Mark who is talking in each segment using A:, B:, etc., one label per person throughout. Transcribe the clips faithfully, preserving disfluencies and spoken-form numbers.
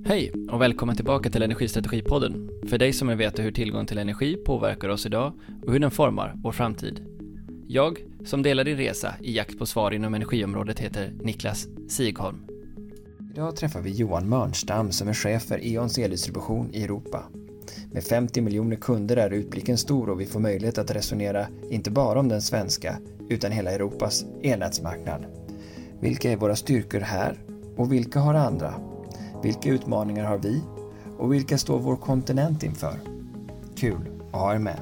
A: Hej och välkommen tillbaka till Energistrategipodden. För dig som vill veta hur tillgång till energi påverkar oss idag och hur den formar vår framtid. Jag, som delar din resa i jakt på svar inom energiområdet, heter Niklas Sigholm.
B: Idag träffar vi Johan Mörnstam som är chef för E.ONs eldistribution i Europa. Med femtio miljoner kunder är utblicken stor och vi får möjlighet att resonera inte bara om den svenska utan hela Europas elnätsmarknad. Vilka är våra styrkor här och vilka har andra? Vilka utmaningar har vi och vilka står vår kontinent inför? Kul att ha er med.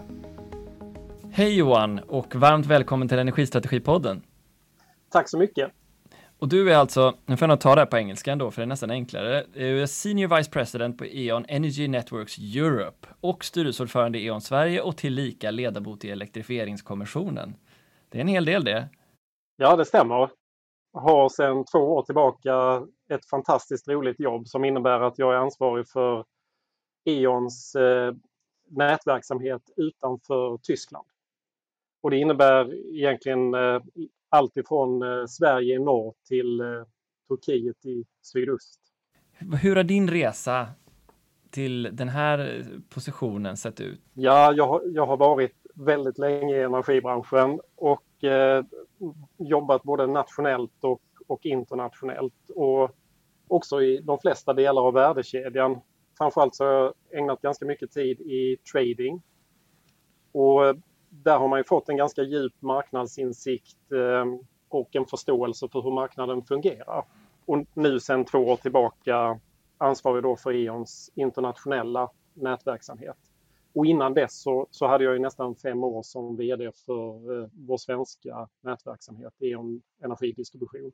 A: Hej Johan och varmt välkommen till Energistrategipodden.
C: Tack så mycket.
A: Och du är alltså, nu får jag ta det här på engelska ändå för det är nästan enklare. Du är Senior Vice President på E.ON Energy Networks Europe och styrelseordförande i E.ON Sverige och tillika ledamot i elektrifieringskommissionen. Det är en hel del det.
C: Ja, det stämmer. Jag har sedan två år tillbaka ett fantastiskt roligt jobb som innebär att jag är ansvarig för E.ONs eh, nätverksamhet utanför Tyskland. Och det innebär egentligen eh, allt ifrån eh, Sverige i norr till eh, Turkiet i sydost.
A: Hur har din resa till den här positionen sett ut?
C: Ja, jag har, jag har varit väldigt länge i energibranschen och eh, jobbat både nationellt och, och internationellt och också i de flesta delar av värdekedjan. Framförallt så har jag ägnat ganska mycket tid i trading och där har man ju fått en ganska djup marknadsinsikt eh, och en förståelse för hur marknaden fungerar. Och nu sedan två år tillbaka ansvarig då för E.ONs internationella nätverksamhet. Och innan dess så, så hade jag ju nästan fem år som vd för eh, vår svenska nätverksamhet, E.ON Energidistribution.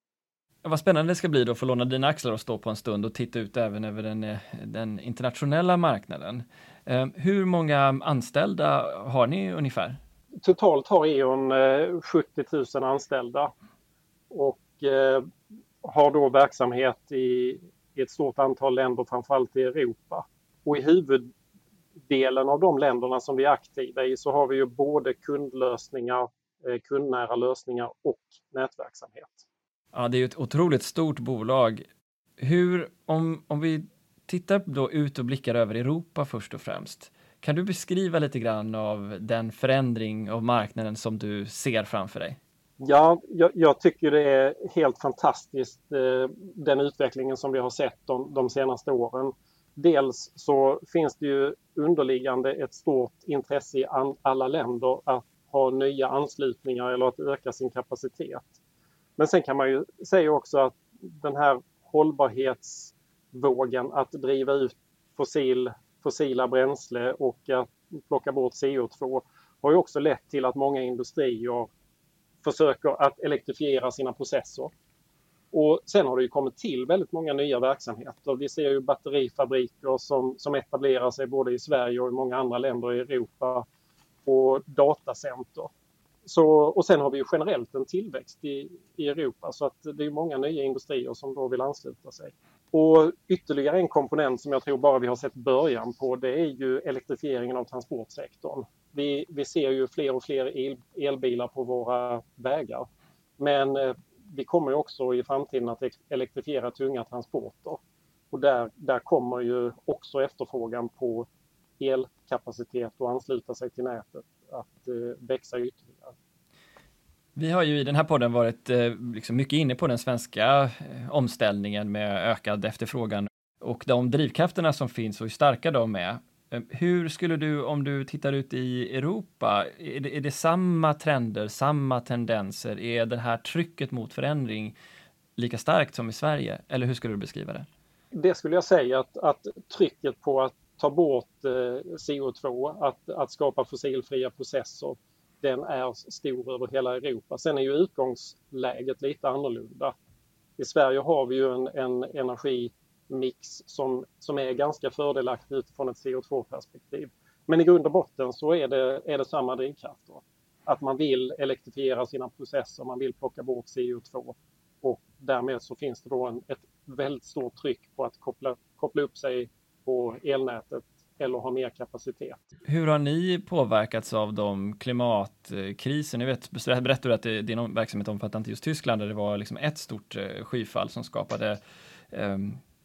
A: Vad spännande det ska bli då för att låna dina axlar och stå på en stund och titta ut även över den, den internationella marknaden. Eh, hur många anställda har ni ungefär?
C: Totalt har E.ON eh, sjuttio tusen anställda och eh, har då verksamhet i, i ett stort antal länder, framförallt i Europa. Och i huvuddelen av de länderna som vi är aktiva i så har vi ju både kundlösningar, eh, kundnära lösningar och nätverksamhet.
A: Ja, det är ju ett otroligt stort bolag. Hur, om, om vi tittar då ut och blickar över Europa först och främst, kan du beskriva lite grann av den förändring av marknaden som du ser framför dig?
C: Ja, jag, jag tycker det är helt fantastiskt eh, den utvecklingen som vi har sett de, de senaste åren. Dels så finns det ju underliggande ett stort intresse i an, alla länder att ha nya anslutningar eller att öka sin kapacitet. Men sen kan man ju säga också att den här hållbarhetsvågen att driva ut fossil, fossila bränsle och att plocka bort C O två har ju också lett till att många industrier försöker att elektrifiera sina processer. Och sen har det ju kommit till väldigt många nya verksamheter. Vi ser ju batterifabriker som, som etablerar sig både i Sverige och i många andra länder i Europa och datacenter. Så, och sen har vi ju generellt en tillväxt i, i Europa så att det är många nya industrier som då vill ansluta sig. Och ytterligare en komponent som jag tror bara vi har sett början på, det är ju elektrifieringen av transportsektorn. Vi, vi ser ju fler och fler el, elbilar på våra vägar. Men eh, vi kommer ju också i framtiden att elektrifiera tunga transporter. Och där, där kommer ju också efterfrågan på elkapacitet och ansluta sig till nätet att eh, växa ytterligare.
A: Vi har ju i den här podden varit eh, liksom mycket inne på den svenska eh, omställningen med ökad efterfrågan och de drivkrafterna som finns och hur starka de är. Eh, hur skulle du, om du tittar ut i Europa, är det, är det samma trender, samma tendenser? Är det här trycket mot förändring lika starkt som i Sverige? Eller hur skulle du beskriva det?
C: Det skulle jag säga att, att trycket på att ta bort eh, C O två, att, att skapa fossilfria processer, den är stor över hela Europa. Sen är ju utgångsläget lite annorlunda. I Sverige har vi ju en, en energimix som, som är ganska fördelaktig utifrån ett C O två-perspektiv. Men i grund och botten så är det, är det samma drivkrafter. Att man vill elektrifiera sina processer, man vill plocka bort C O två och därmed så finns det då en, ett väldigt stort tryck på att koppla, koppla upp sig på elnätet eller ha mer kapacitet.
A: Hur har ni påverkats av de klimatkriser? Ni vet, berättade du att det, det är någon verksamhet omfattande just Tyskland där det var liksom ett stort skyfall som skapade eh,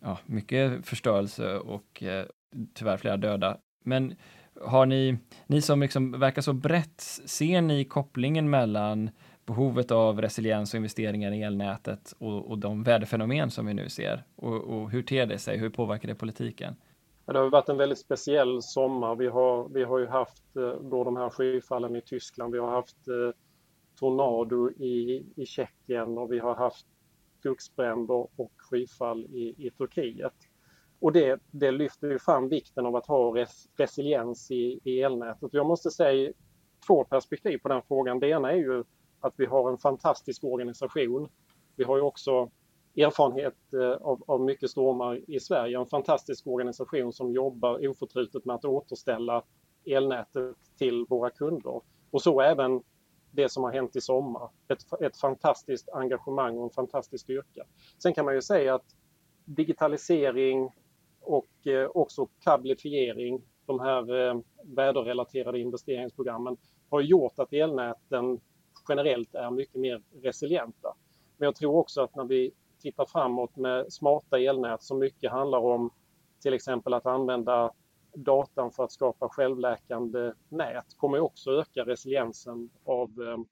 A: ja, mycket förstörelse och eh, tyvärr flera döda. Men har ni, ni som liksom verkar så brett, ser ni kopplingen mellan behovet av resiliens och investeringar i elnätet och, och de väderfenomen som vi nu ser? Och, och hur ter det sig? Hur påverkar det politiken?
C: Det har varit en väldigt speciell sommar. Vi har, vi har ju haft då de här skyfallen i Tyskland. Vi har haft eh, tornado i, i Tjeckien och vi har haft skogsbränder och skyfall i, i Turkiet. Och det, det lyfter ju fram vikten av att ha res, resiliens i, i elnätet. Jag måste säga två perspektiv på den frågan. Det ena är ju att vi har en fantastisk organisation. Vi har ju också erfarenhet av, av mycket stormar i Sverige. En fantastisk organisation som jobbar oförtrutet med att återställa elnätet till våra kunder. Och så även det som har hänt i sommar. Ett, ett fantastiskt engagemang och en fantastisk styrka. Sen kan man ju säga att digitalisering och eh, också kablifiering, de här eh, väderrelaterade investeringsprogrammen, har gjort att elnäten generellt är mycket mer resilienta. Men jag tror också att när vi tittar framåt med smarta elnät som mycket handlar om till exempel att använda datan för att skapa självläkande nät kommer också öka resiliensen av,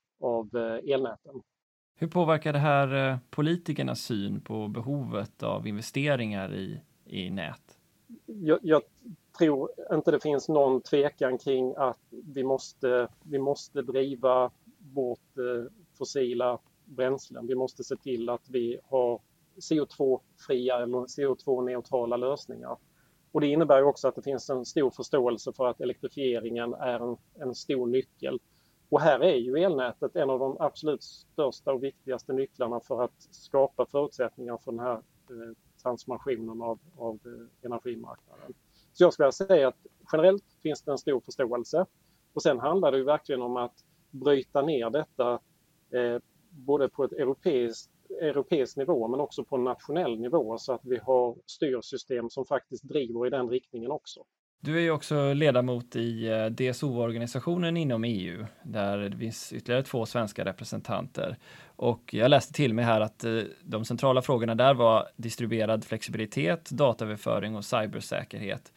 C: av elnäten.
A: Hur påverkar det här politikernas syn på behovet av investeringar i, i nät?
C: Jag, jag tror inte det finns någon tvekan kring att vi måste, vi måste driva bort fossila bränslen. Vi måste se till att vi har C O två-fria eller C O två-neutrala lösningar. Och det innebär också att det finns en stor förståelse för att elektrifieringen är en, en stor nyckel. Och här är ju elnätet en av de absolut största och viktigaste nycklarna för att skapa förutsättningar för den här eh, transformationen av, av eh, energimarknaden. Så jag skulle säga att generellt finns det en stor förståelse. Och sen handlar det ju verkligen om att bryta ner detta eh, både på ett europeiskt europeisk nivå men också på en nationell nivå så att vi har styrsystem som faktiskt driver i den riktningen också.
A: Du är ju också ledamot i D S O-organisationen inom E U där det finns ytterligare två svenska representanter. Och jag läste till mig här att de centrala frågorna där var distribuerad flexibilitet, dataöverföring och cybersäkerhet.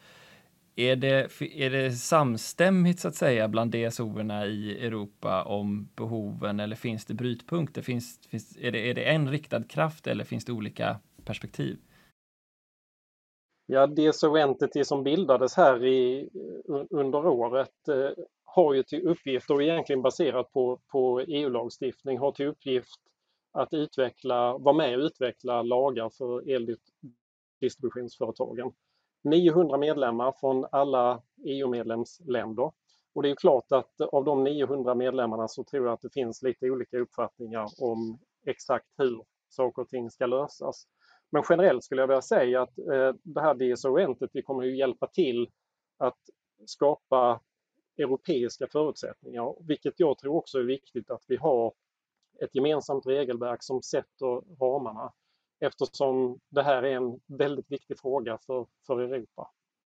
A: Är det, är det samstämmigt så att säga bland D S O-erna i Europa om behoven eller finns det brytpunkter? Finns, finns, är, det, är det en riktad kraft eller finns det olika perspektiv?
C: Ja, D S O Entity som bildades här i, under året eh, har ju till uppgift och egentligen baserat på, på E U-lagstiftning har till uppgift att utveckla, vara med och utveckla lagar för eldistributionsföretagen. niohundra medlemmar från alla E U-medlemsländer. Och det är klart att av de niohundra medlemmarna så tror jag att det finns lite olika uppfattningar om exakt hur saker och ting ska lösas. Men generellt skulle jag vilja säga att eh, det här D S O Entity kommer ju hjälpa till att skapa europeiska förutsättningar. Vilket jag tror också är viktigt att vi har ett gemensamt regelverk som sätter ramarna. Eftersom det här är en väldigt viktig fråga för, för Europa.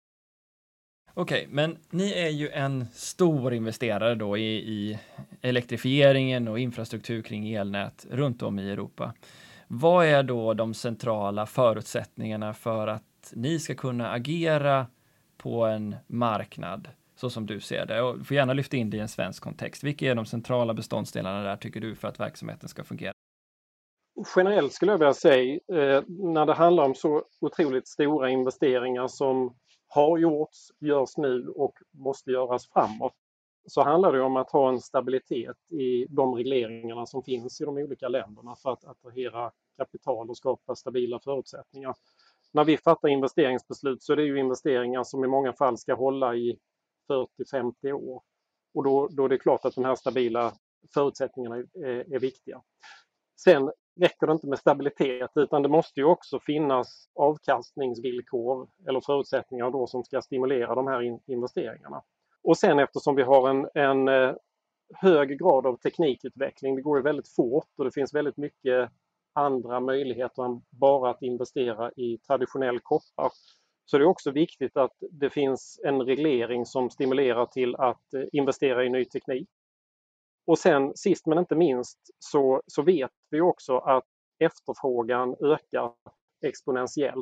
A: Okej, okay, men ni är ju en stor investerare då i, i elektrifieringen och infrastruktur kring elnät runt om i Europa. Vad är då de centrala förutsättningarna för att ni ska kunna agera på en marknad så som du ser det? Och du får gärna lyfta in det i en svensk kontext. Vilka är de centrala beståndsdelarna där tycker du för att verksamheten ska fungera?
C: Generellt skulle jag vilja säga, eh, när det handlar om så otroligt stora investeringar som har gjorts, görs nu och måste göras framåt, så handlar det om att ha en stabilitet i de regleringarna som finns i de olika länderna för att attrahera kapital och skapa stabila förutsättningar. När vi fattar investeringsbeslut så är det ju investeringar som i många fall ska hålla i fyrtio till femtio år. Och då, då är det klart att de här stabila förutsättningarna är, är viktiga. Sen räcker det inte med stabilitet utan det måste ju också finnas avkastningsvillkor eller förutsättningar då som ska stimulera de här in- investeringarna. Och sen eftersom vi har en, en eh, hög grad av teknikutveckling, det går ju väldigt fort och det finns väldigt mycket andra möjligheter än bara att investera i traditionell koppar. Så det är också viktigt att det finns en reglering som stimulerar till att eh, investera i ny teknik. Och sen sist men inte minst så, så vet vi också att efterfrågan ökar exponentiellt.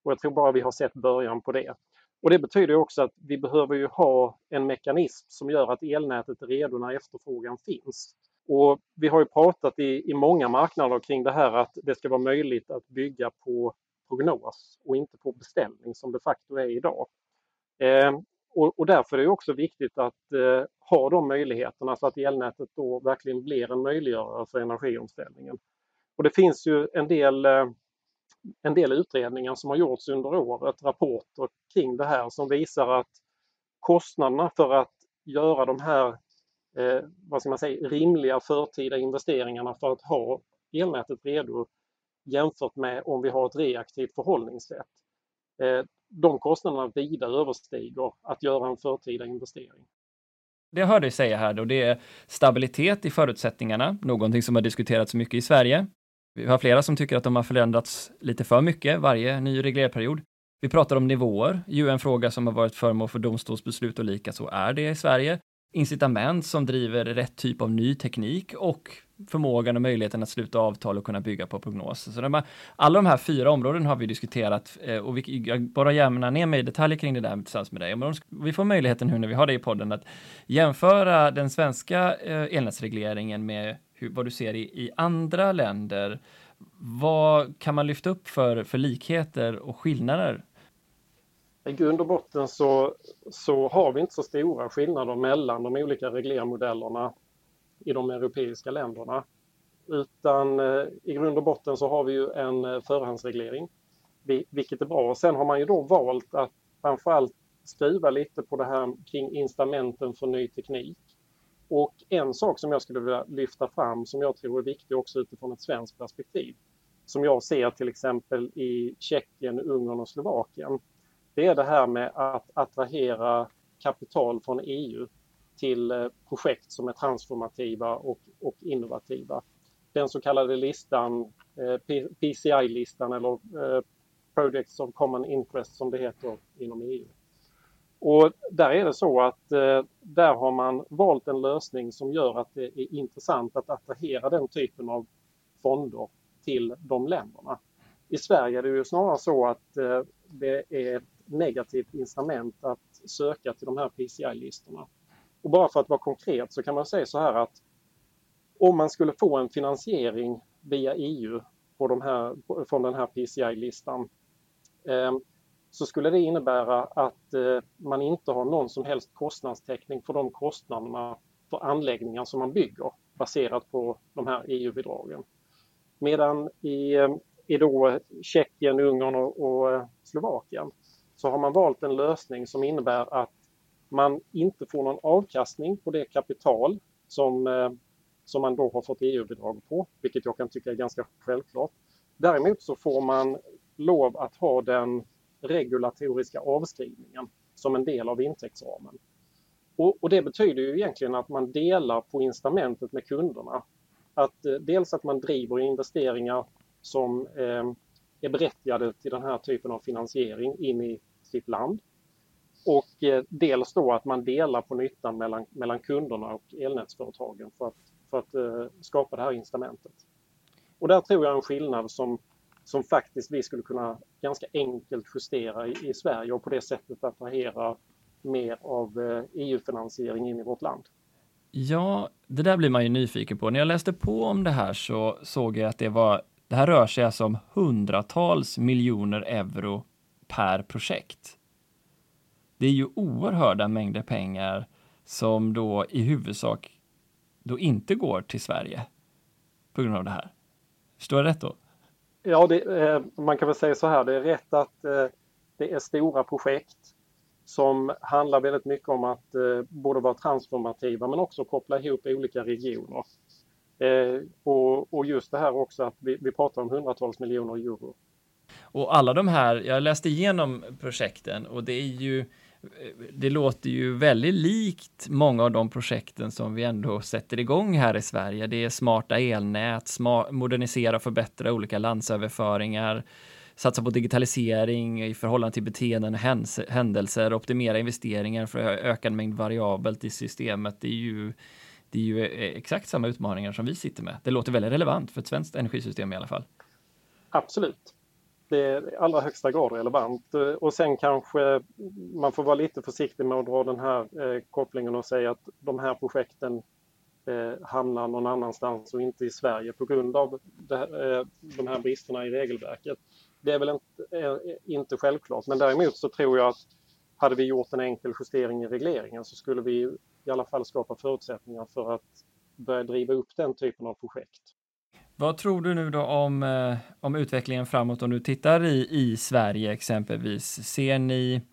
C: Och jag tror bara vi har sett början på det. Och det betyder också att vi behöver ju ha en mekanism som gör att elnätet är redo när efterfrågan finns. Och vi har ju pratat i, i många marknader kring det här att det ska vara möjligt att bygga på prognos och inte på beställning som de facto är idag. Eh, och, och därför är det också viktigt att eh, ha de möjligheterna så att elnätet då verkligen blir en möjliggörare för energiomställningen. Och det finns ju en del, eh, en del utredningar som har gjorts under året, rapporter kring det här som visar att kostnaderna för att göra de här eh, vad ska man säga, rimliga förtida investeringarna för att ha elnätet redo jämfört med om vi har ett reaktivt förhållningssätt. Eh, de kostnaderna vida överstiger att göra en förtida investering.
A: Det jag hörde dig säga här då, det är stabilitet i förutsättningarna, någonting som har diskuterats mycket i Sverige. Vi har flera som tycker att de har förändrats lite för mycket varje ny reglerperiod. Vi pratar om nivåer, ju en fråga som har varit föremål för domstolsbeslut och lika så är det i Sverige. Incitament som driver rätt typ av ny teknik och förmågan och möjligheten att sluta avtal och kunna bygga på prognos. Så de här, alla de här fyra områden har vi diskuterat och vi, jag bara gärna ner mig i detaljer kring det där tillsammans med dig. Men vi får möjligheten nu när vi har det i podden att jämföra den svenska elnätsregleringen med hur, vad du ser i, i andra länder. Vad kan man lyfta upp för, för likheter och skillnader?
C: I grund och botten så, så har vi inte så stora skillnader mellan de olika reglermodellerna i de europeiska länderna. Utan eh, i grund och botten så har vi ju en eh, förhandsreglering, vilket är bra. Sen har man ju då valt att framförallt skruva lite på det här kring incitamenten för ny teknik. Och en sak som jag skulle vilja lyfta fram som jag tror är viktig också utifrån ett svenskt perspektiv, som jag ser till exempel i Tjeckien, Ungern och Slovakien, det är det här med att attrahera kapital från E U till projekt som är transformativa och, och innovativa. Den så kallade listan, eh, P C I-listan eller eh, Projects of Common Interest som det heter inom E U. Och där är det så att eh, där har man valt en lösning som gör att det är intressant att attrahera den typen av fonder till de länderna. I Sverige är det ju snarare så att eh, det är ett negativt incitament att söka till de här P C I-listorna. Och bara för att vara konkret så kan man säga så här att om man skulle få en finansiering via E U på de här, från den här P C I-listan eh, så skulle det innebära att eh, man inte har någon som helst kostnadstäckning för de kostnaderna för anläggningar som man bygger baserat på de här E U-bidragen. Medan i, i då Tjeckien, Ungern och, och Slovakien så har man valt en lösning som innebär att man inte får någon avkastning på det kapital som, eh, som man då har fått E U-bidrag på, vilket jag kan tycka är ganska självklart. Däremot så får man lov att ha den regulatoriska avskrivningen som en del av intäktsramen. Och, och det betyder ju egentligen att man delar på incitamentet med kunderna. Att eh, dels att man driver investeringar som eh, är berättigade till den här typen av finansiering in i sitt land. Och eh, dels då att man delar på nyttan mellan, mellan kunderna och elnätsföretagen för att, för att eh, skapa det här incitamentet. Och där tror jag en skillnad som, som faktiskt vi skulle kunna ganska enkelt justera i, i Sverige och på det sättet attrahera mer av eh, E U-finansiering in i vårt land.
A: Ja, det där blir man ju nyfiken på. När jag läste på om det här så såg jag att det var, det här rör sig alltså om hundratals miljoner euro per projekt. Det är ju oerhörda mängder pengar som då i huvudsak då inte går till Sverige på grund av det här. Förstår jag rätt då?
C: Ja, det, eh, man kan väl säga så här. Det är rätt att eh, det är stora projekt som handlar väldigt mycket om att eh, både vara transformativa men också koppla ihop olika regioner. Eh, och, och just det här också att vi, vi pratar om hundratals miljoner euro.
A: Och alla de här, jag läste igenom projekten och det är ju, det låter ju väldigt likt många av de projekten som vi ändå sätter igång här i Sverige. Det är smarta elnät, smart, modernisera och förbättra olika landsöverföringar, satsa på digitalisering i förhållande till beteenden och händelser, optimera investeringar för att öka en mängd variabelt i systemet. Det är ju, det är ju exakt samma utmaningar som vi sitter med. Det låter väldigt relevant för ett svenskt energisystem i alla fall.
C: Absolut. det är i allra högsta grad relevant. Och sen kanske man får vara lite försiktig med att dra den här eh, kopplingen och säga att de här projekten eh, hamnar någon annanstans och inte i Sverige på grund av det, eh, de här bristerna i regelverket. Det är väl inte, eh, inte självklart, men däremot så tror jag att hade vi gjort en enkel justering i regleringen så skulle vi i alla fall skapa förutsättningar för att börja driva upp den typen av projekt.
A: Vad tror du nu då om, eh, om utvecklingen framåt om du tittar i, i Sverige exempelvis? Ser ni,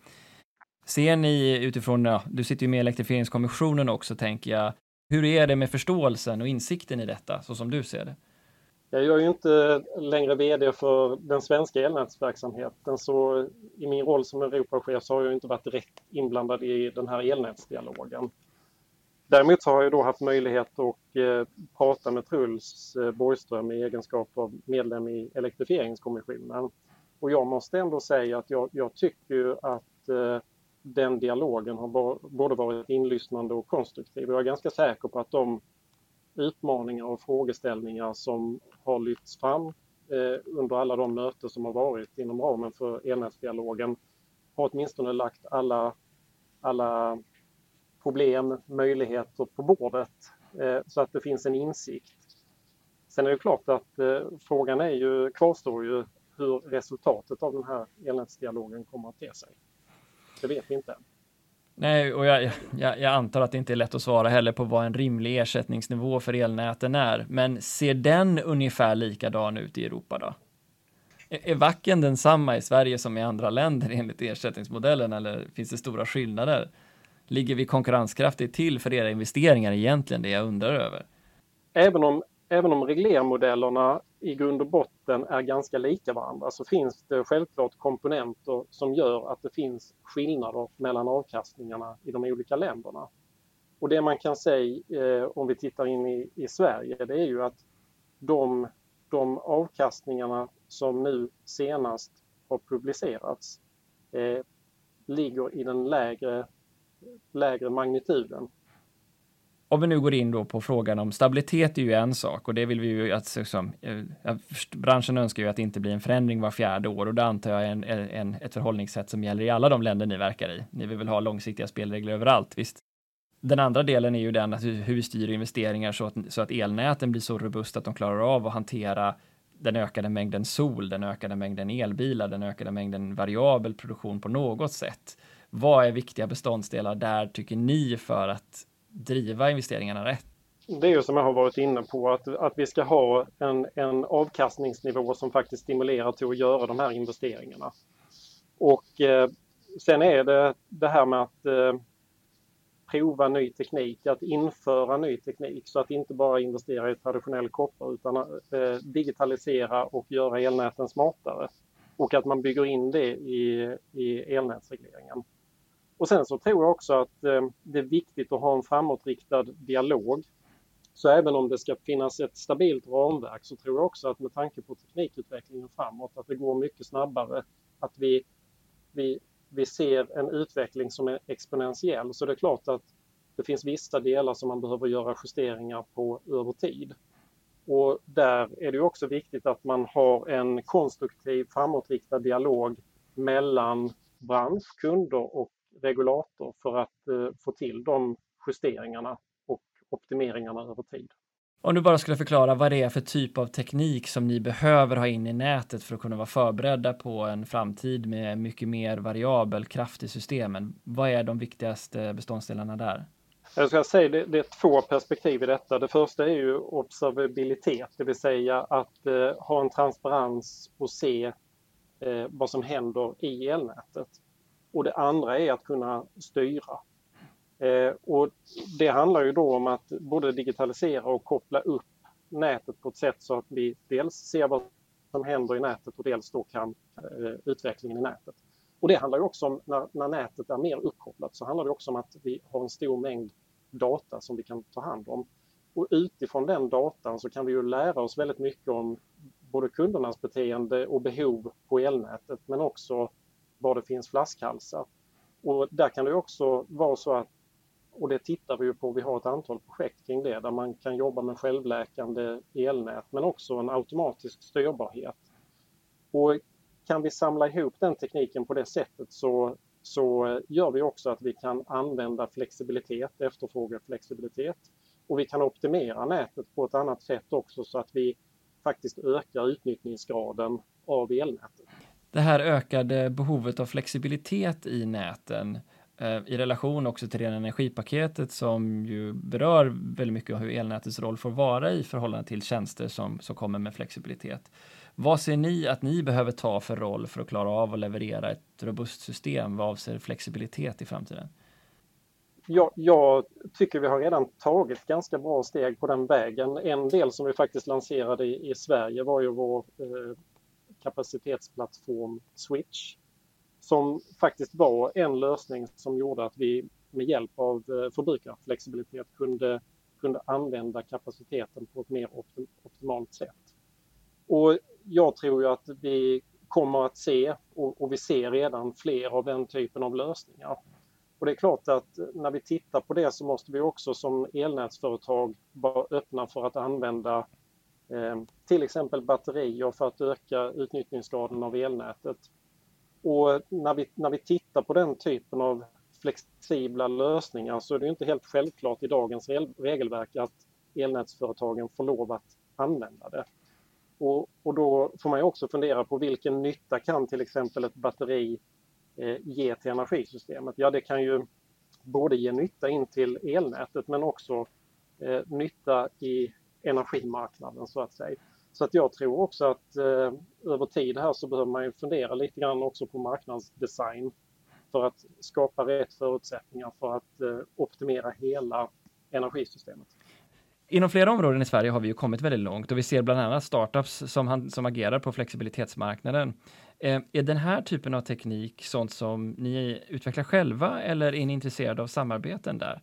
A: ser ni utifrån, ja, du sitter ju med i elektrifieringskommissionen också tänker jag, hur är det med förståelsen och insikten i detta så som du ser det?
C: Jag är ju inte längre vd för den svenska elnätsverksamheten, så i min roll som Europachef så har jag inte varit direkt inblandad i den här elnätsdialogen. Däremot så har jag då haft möjlighet att eh, prata med Truls eh, Borgström i egenskap av medlem i elektrifieringskommissionen. Och jag måste ändå säga att jag, jag tycker ju att eh, den dialogen har ba- både varit inlyssnande och konstruktiv. Jag är ganska säker på att de utmaningar och frågeställningar som har lyfts fram eh, under alla de möten som har varit inom ramen för elnätsdialogen har åtminstone lagt alla, alla problem, möjligheter på bordet eh, så att det finns en insikt. Sen är det klart att eh, frågan är ju, kvarstår ju hur resultatet av den här elnätsdialogen kommer att te sig. Det vet vi inte än.
A: Nej, och jag, jag, jag antar att det inte är lätt att svara heller på vad en rimlig ersättningsnivå för elnäten är. Men ser den ungefär likadan ut i Europa då? Är, är vacken densamma i Sverige som i andra länder enligt ersättningsmodellen eller finns det stora skillnader? Ligger vi konkurrenskraftigt till för era investeringar egentligen, det jag undrar över?
C: Även om, även om reglermodellerna i grund och botten är ganska lika varandra så finns det självklart komponenter som gör att det finns skillnader mellan avkastningarna i de olika länderna. Och det man kan säga eh, om vi tittar in i, i Sverige, det är ju att de, de avkastningarna som nu senast har publicerats eh, ligger i den lägre lägre magnituden.
A: Om vi nu går in då på frågan om stabilitet är ju en sak och det vill vi ju att liksom, branschen önskar ju att det inte blir en förändring var fjärde år och det antar jag är en, en, ett förhållningssätt som gäller i alla de länder ni verkar i. Ni vill väl ha långsiktiga spelregler överallt, visst? Den andra delen är ju den att hur vi styr investeringar så att, så att elnäten blir så robust att de klarar av att hantera den ökade mängden sol, den ökade mängden elbilar, den ökade mängden variabel produktion på något sätt. Vad är viktiga beståndsdelar där tycker ni för att driva investeringarna rätt?
C: Det är ju som jag har varit inne på att, att vi ska ha en, en avkastningsnivå som faktiskt stimulerar till att göra de här investeringarna. Och eh, sen är det det här med att eh, prova ny teknik, att införa ny teknik så att inte bara investera i traditionell koppar utan eh, digitalisera och göra elnäten smartare. Och att man bygger in det i, i elnätsregleringen. Och sen så tror jag också att eh, det är viktigt att ha en framåtriktad dialog. Så även om det ska finnas ett stabilt ramverk så tror jag också att med tanke på teknikutvecklingen framåt att det går mycket snabbare. Att vi, vi, vi ser en utveckling som är exponentiell. Så det är klart att det finns vissa delar som man behöver göra justeringar på över tid. Och där är det också viktigt att man har en konstruktiv framåtriktad dialog mellan bransch, kunder och regulator för att eh, få till de justeringarna och optimeringarna över tid.
A: Om du bara skulle förklara vad det är för typ av teknik som ni behöver ha in i nätet för att kunna vara förberedda på en framtid med mycket mer variabel kraft i systemen. Vad är de viktigaste beståndsdelarna där?
C: Jag ska säga det, det är två perspektiv i detta. Det första är ju observabilitet, det vill säga att eh, ha en transparens och se eh, vad som händer i elnätet. Och det andra är att kunna styra. Eh, och det handlar ju då om att både digitalisera och koppla upp nätet på ett sätt så att vi dels ser vad som händer i nätet och dels då kan eh, utvecklingen i nätet. Och det handlar ju också om när, när nätet är mer uppkopplat så handlar det också om att vi har en stor mängd data som vi kan ta hand om. Och utifrån den datan så kan vi ju lära oss väldigt mycket om både kundernas beteende och behov på elnätet men också var det finns flaskhalsar. Och där kan det också vara så att, och det tittar vi ju på, vi har ett antal projekt kring det där man kan jobba med självläkande elnät men också en automatisk styrbarhet. Och kan vi samla ihop den tekniken på det sättet så, så gör vi också att vi kan använda flexibilitet, efterfrågeflexibilitet. Och vi kan optimera nätet på ett annat sätt också så att vi faktiskt ökar utnyttjningsgraden av elnätet.
A: Det här ökade behovet av flexibilitet i näten i relation också till det energipaketet som ju berör väldigt mycket hur elnätets roll får vara i förhållande till tjänster som, som kommer med flexibilitet. Vad ser ni att ni behöver ta för roll för att klara av att leverera ett robust system vad avser flexibilitet i framtiden?
C: Jag, jag tycker vi har redan tagit ganska bra steg på den vägen. En del som vi faktiskt lanserade i, i Sverige var ju vår eh, kapacitetsplattform Switch. Som faktiskt var en lösning som gjorde att vi med hjälp av förbrukarflexibilitet kunde, kunde använda kapaciteten på ett mer optim, optimalt sätt. Och jag tror ju att vi kommer att se, och, och vi ser redan fler av den typen av lösningar. Och det är klart att när vi tittar på det så måste vi också som elnätsföretag vara öppna för att använda eh, till exempel batterier för att öka utnyttjningsgraden av elnätet. Och när vi, när vi tittar på den typen av flexibla lösningar så är det inte helt självklart i dagens regelverk att elnätsföretagen får lov att använda det. Och, och då får man ju också fundera på vilken nytta kan till exempel ett batteri eh, ge till energisystemet. Ja, det kan ju både ge nytta in till elnätet men också eh, nytta i energimarknaden så att säga. Så att jag tror också att eh, över tid här så behöver man ju fundera lite grann också på marknadsdesign för att skapa rätt förutsättningar för att eh, optimera hela energisystemet.
A: Inom flera områden i Sverige har vi ju kommit väldigt långt och vi ser bland annat startups som, han, som agerar på flexibilitetsmarknaden. Eh, är den här typen av teknik sånt som ni utvecklar själva eller är ni intresserade av samarbeten där?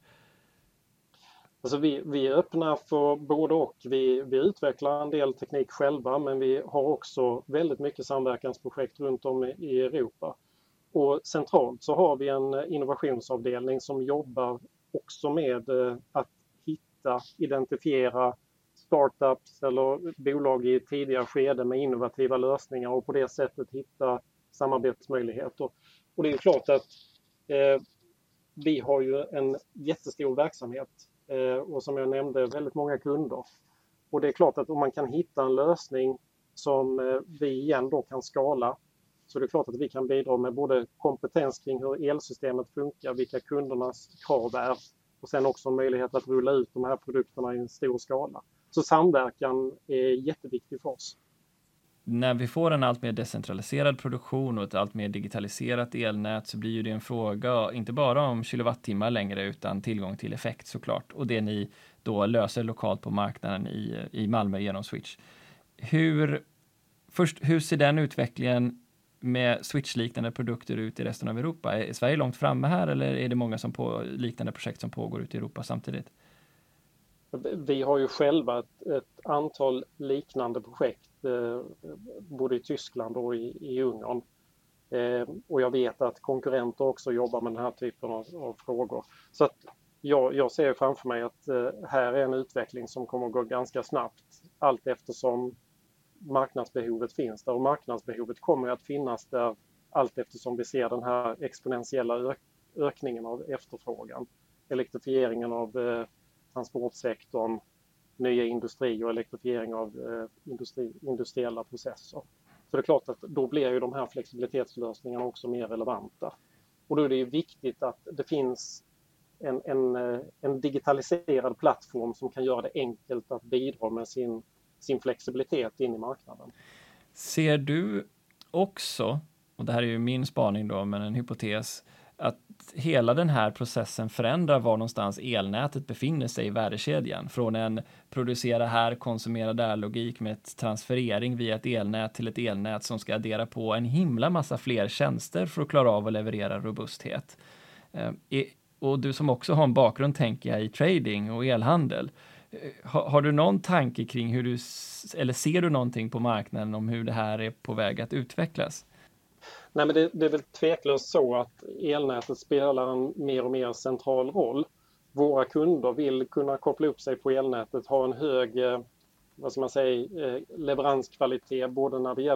C: Alltså vi, vi är öppna för både och. Vi, vi utvecklar en del teknik själva men vi har också väldigt mycket samverkansprojekt runt om i, i Europa. Och centralt så har vi en innovationsavdelning som jobbar också med eh, att hitta, identifiera startups eller bolag i tidiga skede med innovativa lösningar och på det sättet hitta samarbetsmöjligheter. Och det är klart att eh, vi har ju en jättestor verksamhet och som jag nämnde väldigt många kunder. Och det är klart att om man kan hitta en lösning som vi igen då kan skala så det är klart att vi kan bidra med både kompetens kring hur elsystemet funkar, vilka kundernas krav är och sen också möjlighet att rulla ut de här produkterna i en stor skala. Så samverkan är jätteviktig för oss.
A: När vi får en allt mer decentraliserad produktion och ett allt mer digitaliserat elnät så blir ju det en fråga inte bara om kilowattimmar längre utan tillgång till effekt såklart. Och det ni då löser lokalt på marknaden i, i Malmö genom Switch. Hur, först, hur ser den utvecklingen med Switch-liknande produkter ut i resten av Europa? Är Sverige långt framme här eller är det många som på, liknande projekt som pågår ute i Europa samtidigt?
C: Vi har ju själva ett, ett antal liknande projekt eh, både i Tyskland och i, i Ungern. Eh, och jag vet att konkurrenter också jobbar med den här typen av, av frågor. Så att jag, jag ser framför mig att eh, här är en utveckling som kommer att gå ganska snabbt allt eftersom marknadsbehovet finns där. Och marknadsbehovet kommer att finnas där allt eftersom vi ser den här exponentiella ök, ökningen av efterfrågan. Elektrifieringen av eh, transportsektorn, nya industri och elektrifiering av eh, industri, industriella processer. Så det är klart att då blir ju de här flexibilitetslösningarna också mer relevanta. Och då är det ju viktigt att det finns en, en, en digitaliserad plattform som kan göra det enkelt att bidra med sin, sin flexibilitet in i marknaden.
A: Ser du också, och det här är ju min spaning då, men en hypotes, att hela den här processen förändrar var någonstans elnätet befinner sig i värdekedjan. Från en producera här, konsumera där logik med ett transferering via ett elnät till ett elnät som ska addera på en himla massa fler tjänster för att klara av att leverera robusthet. Och du som också har en bakgrund tänker jag i trading och elhandel. Har, har du någon tanke kring hur du, eller ser du någonting på marknaden om hur det här är på väg att utvecklas?
C: Nej, men det, det är väl tveklöst så att elnätet spelar en mer och mer central roll. Våra kunder vill kunna koppla upp sig på elnätet, ha en hög vad ska man säga, leveranskvalitet både när det gäller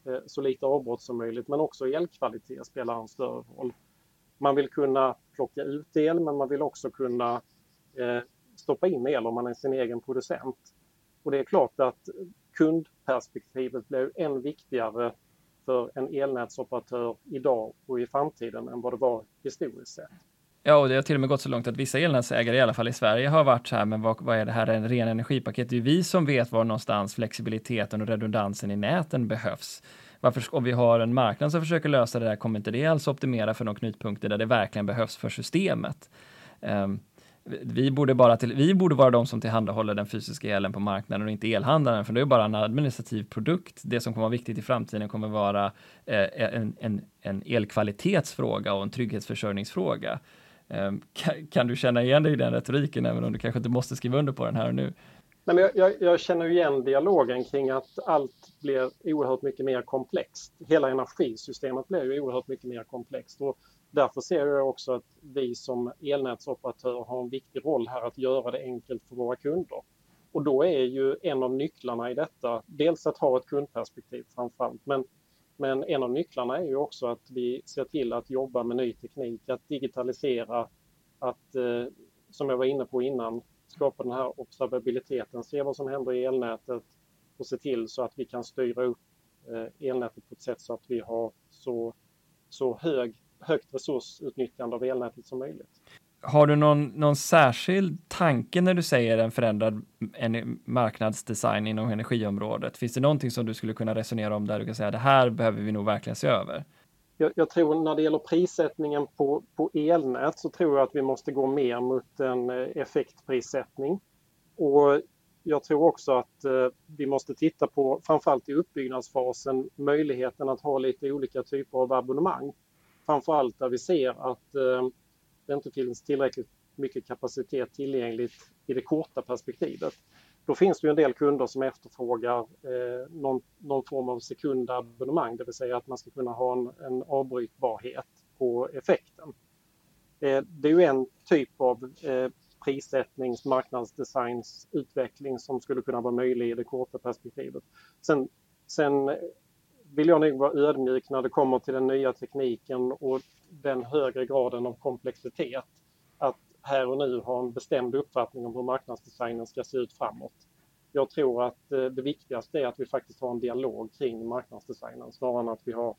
C: så lite avbrott som möjligt, men också elkvalitet spelar en större roll. Man vill kunna plocka ut el, men man vill också kunna eh, stoppa in el om man är sin egen producent. Och det är klart att kundperspektivet blir än viktigare för en elnätsoperatör idag och i framtiden än vad det var historiskt sett.
A: Ja, och det har till och med gått så långt att vissa elnätsägare, i alla fall i Sverige, har varit så här, men vad, vad är det här, en ren energipaket? Det är ju vi som vet var någonstans flexibiliteten och redundansen i näten behövs. Varför, om vi har en marknad som försöker lösa det där, kommer inte det alltså optimera för de knutpunkter där det verkligen behövs för systemet? Um, vi, borde bara till, vi borde vara de som tillhandahåller den fysiska elen på marknaden och inte elhandlaren, för det är bara en administrativ produkt. Det som kommer vara viktigt i framtiden kommer vara eh, en, en, en elkvalitetsfråga och en trygghetsförsörjningsfråga. Um, kan, kan du känna igen dig i den retoriken, även om du kanske inte måste skriva under på den här och nu?
C: Nej, men jag, jag, jag känner igen dialogen kring att allt blir oerhört mycket mer komplext. Hela energisystemet blir ju oerhört mycket mer komplext. Och därför ser jag också att vi som elnätsoperatör har en viktig roll här att göra det enkelt för våra kunder. Och då är ju en av nycklarna i detta, dels att ha ett kundperspektiv framförallt, men, men en av nycklarna är ju också att vi ser till att jobba med ny teknik, att digitalisera, att eh, som jag var inne på innan, skapa den här observabiliteten, se vad som händer i elnätet och se till så att vi kan styra upp eh, elnätet på ett sätt så att vi har så, så hög, högt resursutnyttjande av elnätet som möjligt.
A: Har du någon, någon särskild tanke när du säger en förändrad en marknadsdesign inom energiområdet? Finns det någonting som du skulle kunna resonera om där du kan säga det här behöver vi nog verkligen se över?
C: Jag, jag tror när det gäller prissättningen på, på elnät så tror jag att vi måste gå mer mot en effektprissättning. Och jag tror också att eh, vi måste titta på, framförallt i uppbyggnadsfasen, möjligheten att ha lite olika typer av abonnemang. Framförallt där vi ser att eh, det inte finns tillräckligt mycket kapacitet tillgängligt i det korta perspektivet. Då finns det ju en del kunder som efterfrågar eh, någon, någon form av sekundabonnemang, det vill säga att man ska kunna ha en, en avbrytbarhet på effekten. Eh, det är ju en typ av eh, prissättnings-, marknadsdesigns utveckling som skulle kunna vara möjlig i det korta perspektivet. Sen, sen vill jag nog vara ödmjuk när det kommer till den nya tekniken och den högre graden av komplexitet. Att här och nu ha en bestämd uppfattning om hur marknadsdesignen ska se ut framåt. Jag tror att det viktigaste är att vi faktiskt har en dialog kring marknadsdesignen snarare än att vi har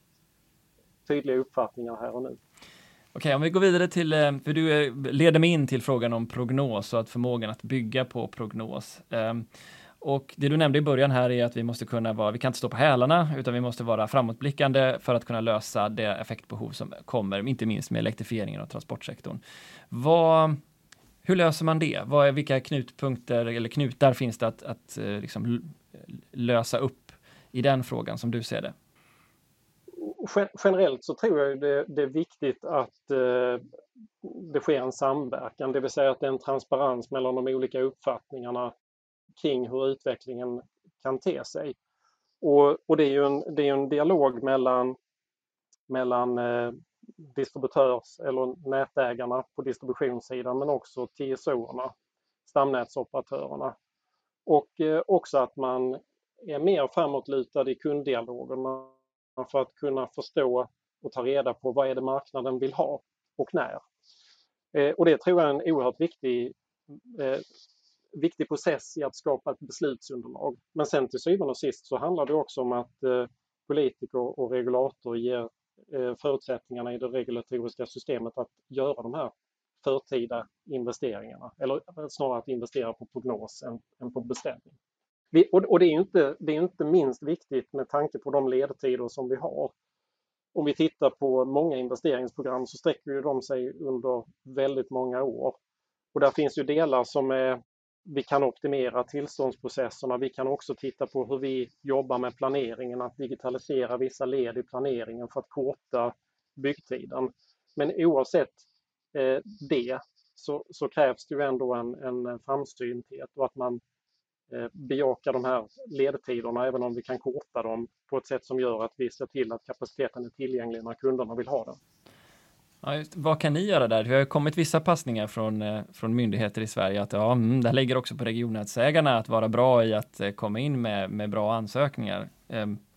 C: tydliga uppfattningar här och nu.
A: Okej, om vi går vidare till, för du leder mig in till frågan om prognos och att förmågan att bygga på prognos. Och det du nämnde i början här är att vi måste kunna vara, vi kan inte stå på hälarna utan vi måste vara framåtblickande för att kunna lösa det effektbehov som kommer, inte minst med elektrifieringen av transportsektorn. Vad, hur löser man det? Vad är, vilka knutpunkter eller knutar finns det att, att liksom lösa upp i den frågan som du ser det?
C: Generellt så tror jag det, det är viktigt att eh, det sker en samverkan, det vill säga att det är en transparens mellan de olika uppfattningarna kring hur utvecklingen kan te sig. Och, och det är ju en, det är en dialog mellan, mellan eh, distributörs- eller nätägarna på distributionssidan men också T S O-erna, stamnätsoperatörerna. Och eh, också att man är mer framåtlutad i kunddialogerna för att kunna förstå och ta reda på vad är det marknaden vill ha och när. Eh, och det tror jag är en oerhört viktig eh, viktig process i att skapa ett beslutsunderlag. Men sen till syvende och sist så handlar det också om att eh, politiker och regulator ger eh, förutsättningarna i det regulatoriska systemet att göra de här förtida investeringarna. Eller snarare att investera på prognos än, än på beställning. Vi, och och det, är inte, det är inte minst viktigt med tanke på de ledtider som vi har. Om vi tittar på många investeringsprogram så sträcker ju de sig under väldigt många år. Och där finns ju delar som är vi kan optimera tillståndsprocesserna. Vi kan också titta på hur vi jobbar med planeringen, att digitalisera vissa led i planeringen för att korta byggtiden. Men oavsett eh, det så, så krävs det ju ändå en, en framsynthet och att man eh, bejakar de här ledtiderna även om vi kan korta dem på ett sätt som gör att vi ser till att kapaciteten är tillgänglig när kunderna vill ha den.
A: Ja, just, vad kan ni göra där? Det har ju kommit vissa passningar från, eh, från myndigheter i Sverige att ja, mm, det lägger också på regionnätsägarna att vara bra i att eh, komma in med, med bra ansökningar. Eh,